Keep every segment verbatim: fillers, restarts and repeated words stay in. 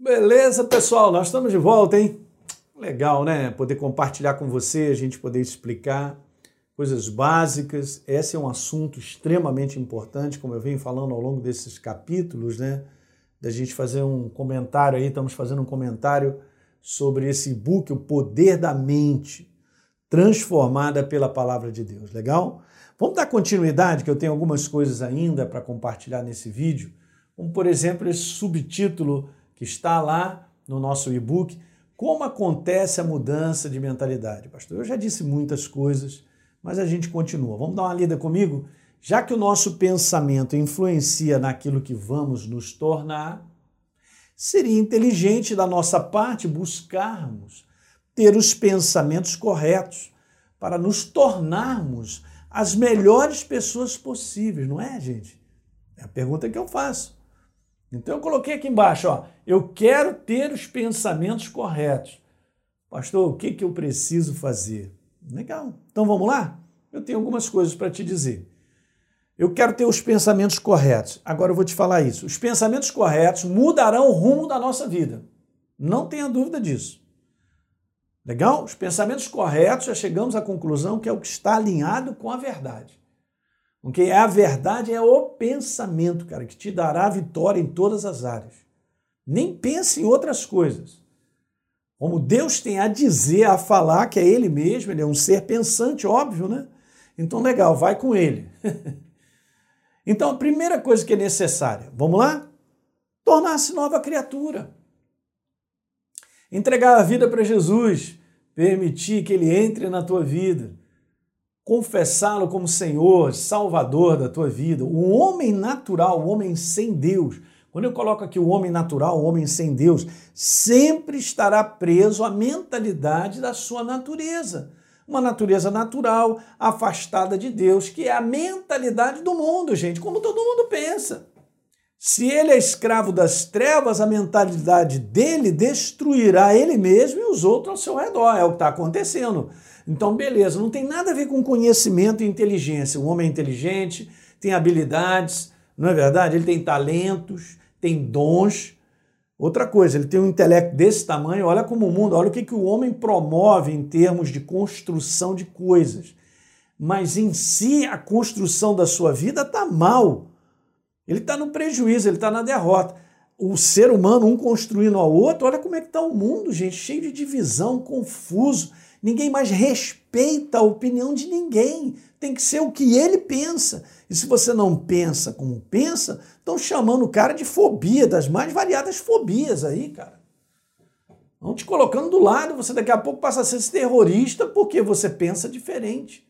Beleza, pessoal? Nós estamos de volta, hein? Legal, né? Poder compartilhar com você, a gente poder explicar coisas básicas. Esse é um assunto extremamente importante, como eu venho falando ao longo desses capítulos, né? Da gente fazer um comentário aí, estamos fazendo um comentário sobre esse e-book, O Poder da Mente, transformada pela Palavra de Deus. Legal? Vamos dar continuidade, que eu tenho algumas coisas ainda para compartilhar nesse vídeo, como, por exemplo, esse subtítulo que está lá no nosso e-book, Como acontece a mudança de mentalidade. Pastor, eu já disse muitas coisas, mas a gente continua. Vamos dar uma lida comigo? Já que o nosso pensamento influencia naquilo que vamos nos tornar, seria inteligente da nossa parte buscarmos ter os pensamentos corretos para nos tornarmos as melhores pessoas possíveis, não é, gente? É a pergunta que eu faço. Então eu coloquei aqui embaixo, ó, eu quero ter os pensamentos corretos. Pastor, o que, que eu preciso fazer? Legal. Então vamos lá? Eu tenho algumas coisas para te dizer. Eu quero ter os pensamentos corretos. Agora eu vou te falar isso. Os pensamentos corretos mudarão o rumo da nossa vida. Não tenha dúvida disso. Legal? Os pensamentos corretos, já chegamos à conclusão que é o que está alinhado com a verdade. Okay? A verdade é o pensamento, cara, que te dará vitória em todas as áreas. Nem pense em outras coisas. Como Deus tem a dizer, a falar que é Ele mesmo, Ele é um ser pensante, óbvio, né? Então, legal, vai com Ele. Então, a primeira coisa que é necessária, vamos lá? Tornar-se nova criatura. Entregar a vida para Jesus, permitir que Ele entre na tua vida. Confessá-lo como Senhor, Salvador da tua vida. O homem natural, o homem sem Deus, quando eu coloco aqui o homem natural, o homem sem Deus, sempre estará preso à mentalidade da sua natureza. Uma natureza natural, afastada de Deus, que é a mentalidade do mundo, gente, como todo mundo pensa. Se ele é escravo das trevas, a mentalidade dele destruirá ele mesmo e os outros ao seu redor. É o que está acontecendo. Então, beleza, não tem nada a ver com conhecimento e inteligência. O homem é inteligente, tem habilidades, não é verdade? Ele tem talentos, tem dons. Outra coisa, ele tem um intelecto desse tamanho, olha como o mundo, olha o que, que o homem promove em termos de construção de coisas. Mas em si, a construção da sua vida está mal. Ele está no prejuízo, ele está na derrota. O ser humano, um construindo ao outro, olha como é que está o mundo, gente, cheio de divisão, confuso. Ninguém mais respeita a opinião de ninguém. Tem que ser o que ele pensa. E se você não pensa como pensa, estão chamando o cara de fobia, das mais variadas fobias aí, cara. Estão te colocando do lado, você daqui a pouco passa a ser terrorista porque você pensa diferente.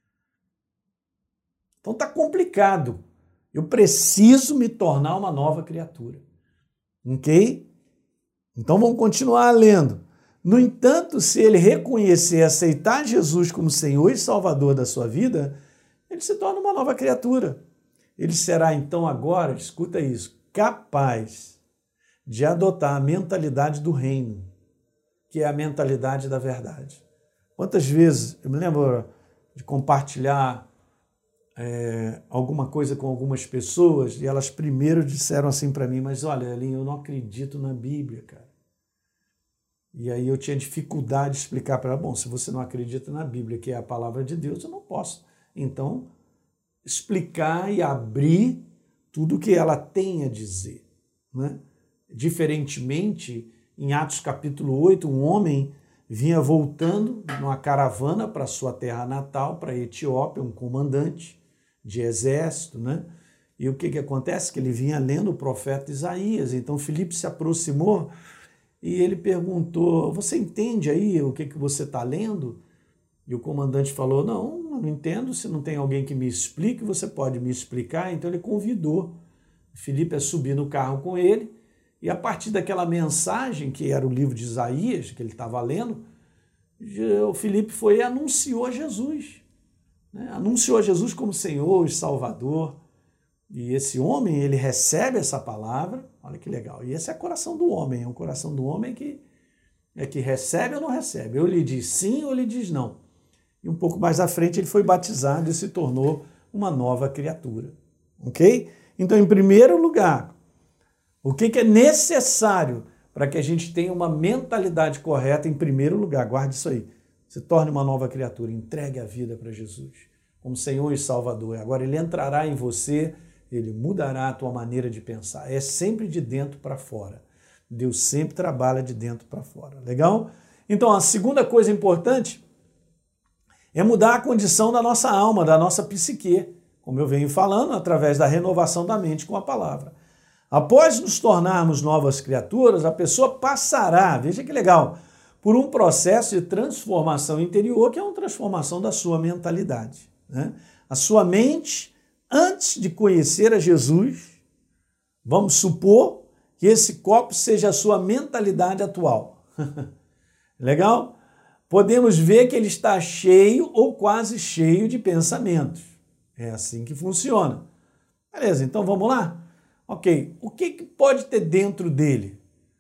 Então tá complicado. Eu preciso me tornar uma nova criatura. Ok? Então vamos continuar lendo. No entanto, se ele reconhecer e aceitar Jesus como Senhor e Salvador da sua vida, ele se torna uma nova criatura. Ele será então agora, escuta isso, capaz de adotar a mentalidade do reino, que é a mentalidade da verdade. Quantas vezes, eu me lembro de compartilhar é, alguma coisa com algumas pessoas e elas primeiro disseram assim para mim, mas olha, Elinho, eu não acredito na Bíblia, cara. E aí eu tinha dificuldade de explicar para ela, bom, se você não acredita na Bíblia, que é a palavra de Deus, eu não posso. Então, explicar e abrir tudo o que ela tem a dizer. Né? Diferentemente, em Atos capítulo oito, um homem vinha voltando numa caravana para sua terra natal, para a Etiópia, um comandante de exército, né? E o que, que acontece? Que ele vinha lendo o profeta Isaías. Então, Filipe se aproximou e ele perguntou, você entende aí o que, que você está lendo? E o comandante falou, não, não entendo, se não tem alguém que me explique, você pode me explicar. Então ele convidou Filipe a subir no carro com ele, e a partir daquela mensagem, que era o livro de Isaías, que ele estava lendo, o Filipe foi e anunciou a Jesus. Né? Anunciou a Jesus como Senhor e Salvador. E esse homem, ele recebe essa palavra, olha que legal, e esse é o coração do homem, é o coração do homem que, é que recebe ou não recebe, ou ele diz sim ou ele diz não. E um pouco mais à frente ele foi batizado e se tornou uma nova criatura, ok? Então, em primeiro lugar, o que, que é necessário para que a gente tenha uma mentalidade correta em primeiro lugar. Guarde isso aí. Se torne uma nova criatura, entregue a vida para Jesus como Senhor e Salvador. Agora ele entrará em você, ele mudará a tua maneira de pensar. É sempre de dentro para fora. Deus sempre trabalha de dentro para fora. Legal? Então, a segunda coisa importante é mudar a condição da nossa alma, da nossa psique, como eu venho falando, através da renovação da mente com a palavra. Após nos tornarmos novas criaturas, a pessoa passará, veja que legal, por um processo de transformação interior, que é uma transformação da sua mentalidade. Né? A sua mente, antes de conhecer a Jesus, vamos supor que esse copo seja a sua mentalidade atual. Legal? Podemos ver que ele está cheio ou quase cheio de pensamentos. É assim que funciona. Beleza, então vamos lá? Ok, o que pode ter dentro dele?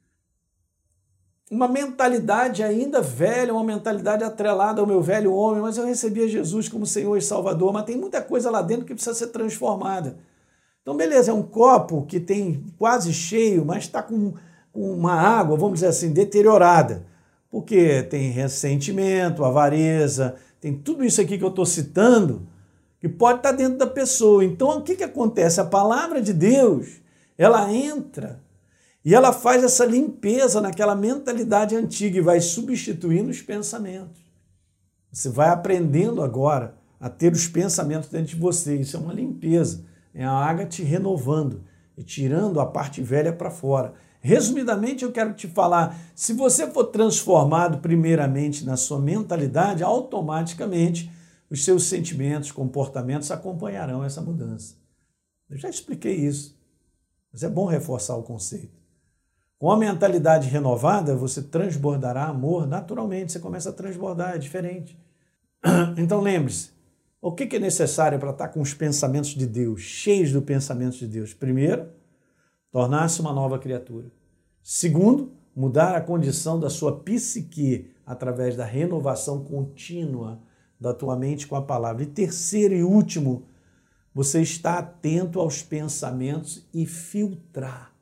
Uma mentalidade ainda velha, uma mentalidade atrelada ao meu velho homem, mas eu recebi a Jesus como Senhor e Salvador, mas tem muita coisa lá dentro que precisa ser transformada. Então, beleza, é um copo que tem quase cheio, mas está com, com uma água, vamos dizer assim, deteriorada, porque tem ressentimento, avareza, tem tudo isso aqui que eu estou citando, que pode estar dentro da pessoa. Então, o que, que acontece? A palavra de Deus, ela entra e ela faz essa limpeza naquela mentalidade antiga e vai substituindo os pensamentos. Você vai aprendendo agora a ter os pensamentos dentro de você. Isso é uma limpeza. É a água te renovando e tirando a parte velha para fora. Resumidamente, eu quero te falar, se você for transformado primeiramente na sua mentalidade, automaticamente os seus sentimentos, comportamentos acompanharão essa mudança. Eu já expliquei isso, mas é bom reforçar o conceito. Com a mentalidade renovada, você transbordará amor naturalmente, você começa a transbordar, é diferente. Então lembre-se, o que é necessário para estar com os pensamentos de Deus, cheios do pensamento de Deus? Primeiro, tornar-se uma nova criatura. Segundo, mudar a condição da sua psique através da renovação contínua da tua mente com a palavra. E terceiro e último, você está atento aos pensamentos e filtrar.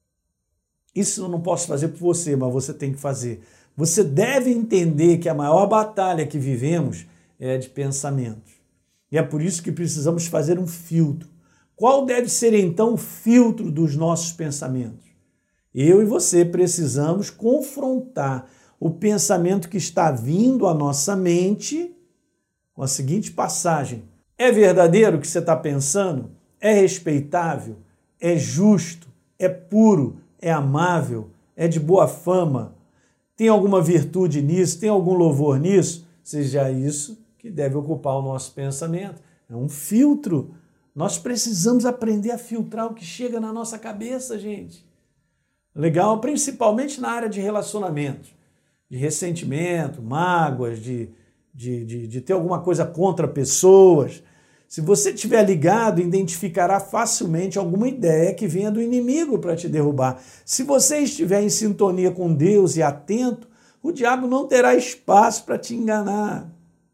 Isso eu não posso fazer por você, mas você tem que fazer. Você deve entender que a maior batalha que vivemos é a de pensamentos. E é por isso que precisamos fazer um filtro. Qual deve ser então o filtro dos nossos pensamentos? Eu e você precisamos confrontar o pensamento que está vindo à nossa mente com a seguinte passagem: é verdadeiro o que você está pensando? É respeitável? É justo? É puro? É amável? É de boa fama? Tem alguma virtude nisso? Tem algum louvor nisso? Seja isso que deve ocupar o nosso pensamento. É um filtro. Nós precisamos aprender a filtrar o que chega na nossa cabeça, gente. Legal? Principalmente na área de relacionamento, de ressentimento, mágoas, de, de, de, de ter alguma coisa contra pessoas. Se você estiver ligado, identificará facilmente alguma ideia que venha do inimigo para te derrubar. Se você estiver em sintonia com Deus e atento, o diabo não terá espaço para te enganar,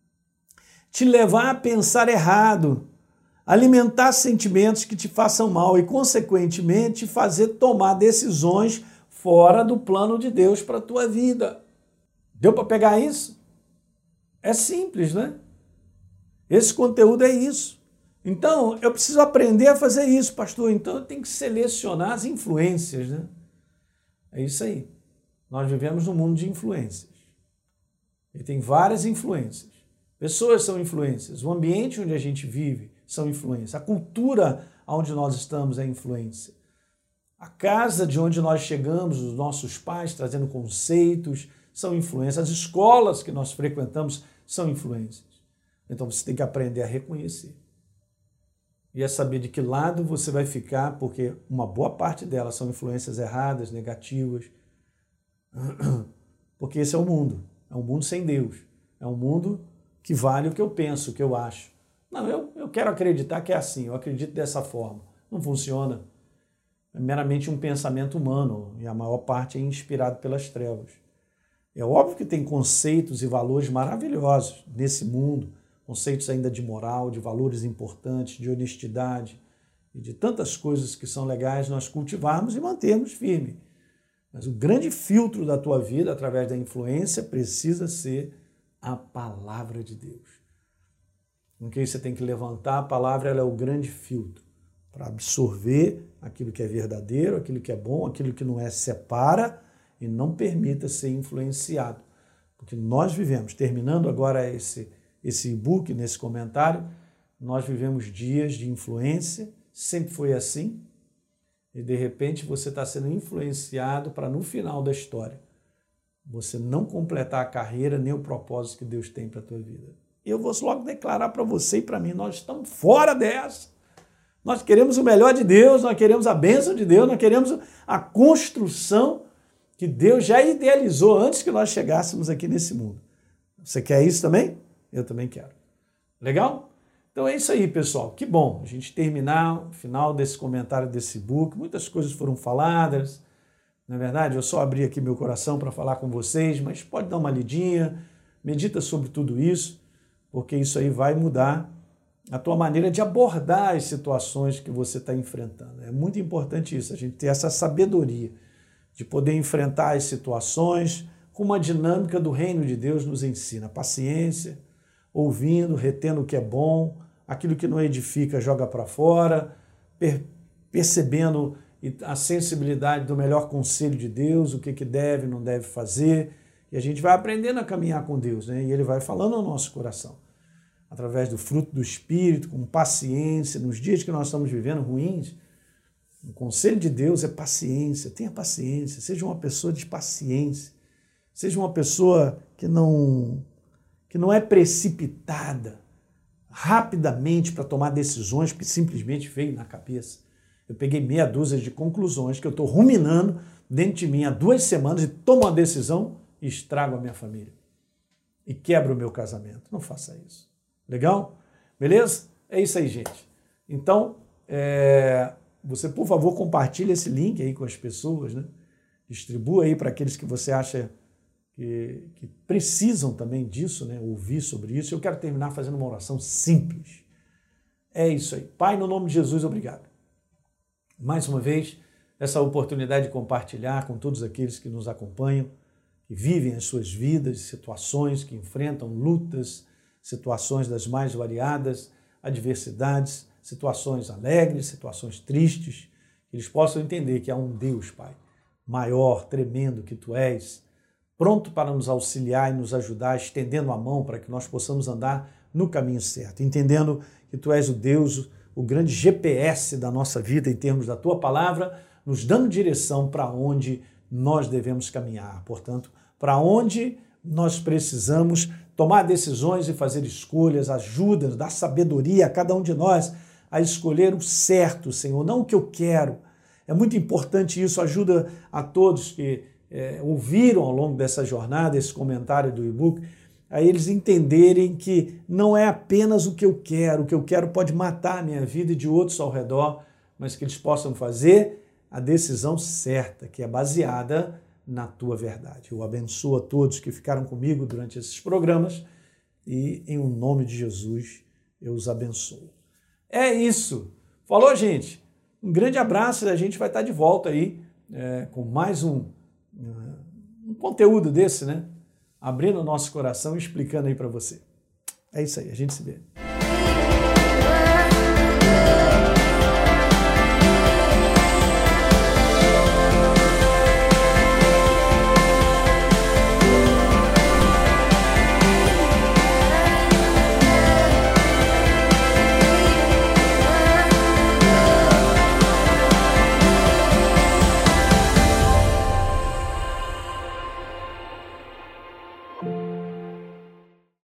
te levar a pensar errado, alimentar sentimentos que te façam mal e, consequentemente, fazer tomar decisões fora do plano de Deus para a tua vida. Deu para pegar isso? É simples, né? Esse conteúdo é isso. Então, eu preciso aprender a fazer isso, pastor. Então, eu tenho que selecionar as influências, né? É isso aí. Nós vivemos num mundo de influências. E tem várias influências. Pessoas são influências. O ambiente onde a gente vive são influências. A cultura onde nós estamos é influência. A casa de onde nós chegamos, os nossos pais trazendo conceitos, são influências. As escolas que nós frequentamos são influências. Então você tem que aprender a reconhecer. E a saber de que lado você vai ficar, porque uma boa parte delas são influências erradas, negativas. Porque esse é o mundo. É um mundo sem Deus. É um mundo que vale o que eu penso, o que eu acho. Não, eu, eu quero acreditar que é assim, eu acredito dessa forma. Não funciona. É meramente um pensamento humano e a maior parte é inspirado pelas trevas. É óbvio que tem conceitos e valores maravilhosos nesse mundo, conceitos ainda de moral, de valores importantes, de honestidade e de tantas coisas que são legais nós cultivarmos e mantermos firme. Mas o grande filtro da tua vida, através da influência, precisa ser a palavra de Deus. Com que você tem que levantar, a palavra ela é o grande filtro para absorver aquilo que é verdadeiro, aquilo que é bom, aquilo que não é, separa e não permita ser influenciado. Porque nós vivemos, terminando agora esse, esse e-book, nesse comentário, nós vivemos dias de influência, sempre foi assim, e de repente você está sendo influenciado para no final da história você não completar a carreira nem o propósito que Deus tem para a tua vida. Eu vou logo declarar para você e para mim, nós estamos fora dessa. Nós queremos o melhor de Deus, nós queremos a bênção de Deus, nós queremos a construção que Deus já idealizou antes que nós chegássemos aqui nesse mundo. Você quer isso também? Eu também quero. Legal? Então é isso aí, pessoal. Que bom a gente terminar o final desse comentário desse book. Muitas coisas foram faladas. Na verdade, eu só abri aqui meu coração para falar com vocês, mas pode dar uma lidinha, medita sobre tudo isso, porque isso aí vai mudar a tua maneira de abordar as situações que você está enfrentando. É muito importante isso, a gente ter essa sabedoria de poder enfrentar as situações com uma dinâmica do reino de Deus nos ensina. Paciência, ouvindo, retendo o que é bom, aquilo que não edifica joga para fora, per percebendo a sensibilidade do melhor conselho de Deus, o que, que deve e não deve fazer, e a gente vai aprendendo a caminhar com Deus, né? E Ele vai falando ao nosso coração, através do fruto do Espírito, com paciência, nos dias que nós estamos vivendo ruins. O conselho de Deus é paciência, tenha paciência, seja uma pessoa de paciência, seja uma pessoa que não, que não é precipitada rapidamente para tomar decisões que simplesmente veio na cabeça. Eu peguei meia dúzia de conclusões que eu estou ruminando dentro de mim há duas semanas e tomo uma decisão e estrago a minha família. E quebro o meu casamento. Não faça isso. Legal? Beleza? É isso aí, gente. Então, é, você, por favor, compartilhe esse link aí com as pessoas, né? Distribua aí para aqueles que você acha que, que precisam também disso, né? Ouvir sobre isso. Eu quero terminar fazendo uma oração simples. É isso aí. Pai, no nome de Jesus, obrigado. Mais uma vez, essa oportunidade de compartilhar com todos aqueles que nos acompanham, que vivem as suas vidas, situações, que enfrentam lutas, situações das mais variadas, adversidades, situações alegres, situações tristes, que eles possam entender que há um Deus, Pai, maior, tremendo que Tu és, pronto para nos auxiliar e nos ajudar, estendendo a mão para que nós possamos andar no caminho certo, entendendo que Tu és o Deus, o grande G P S da nossa vida em termos da Tua palavra, nos dando direção para onde nós devemos caminhar. Portanto, para onde nós precisamos tomar decisões e fazer escolhas, ajuda, dar sabedoria a cada um de nós a escolher o certo, Senhor, não o que eu quero. É muito importante isso, ajuda a todos que é, ouviram ao longo dessa jornada esse comentário do e-book, a eles entenderem que não é apenas o que eu quero, o que eu quero pode matar a minha vida e de outros ao redor, mas que eles possam fazer a decisão certa, que é baseada na Tua verdade. Eu abençoo a todos que ficaram comigo durante esses programas e, em nome de Jesus, eu os abençoo. É isso. Falou, gente? Um grande abraço e a gente vai estar de volta aí é, com mais um, um conteúdo desse, né? Abrindo o nosso coração e explicando aí para você. É isso aí, a gente se vê.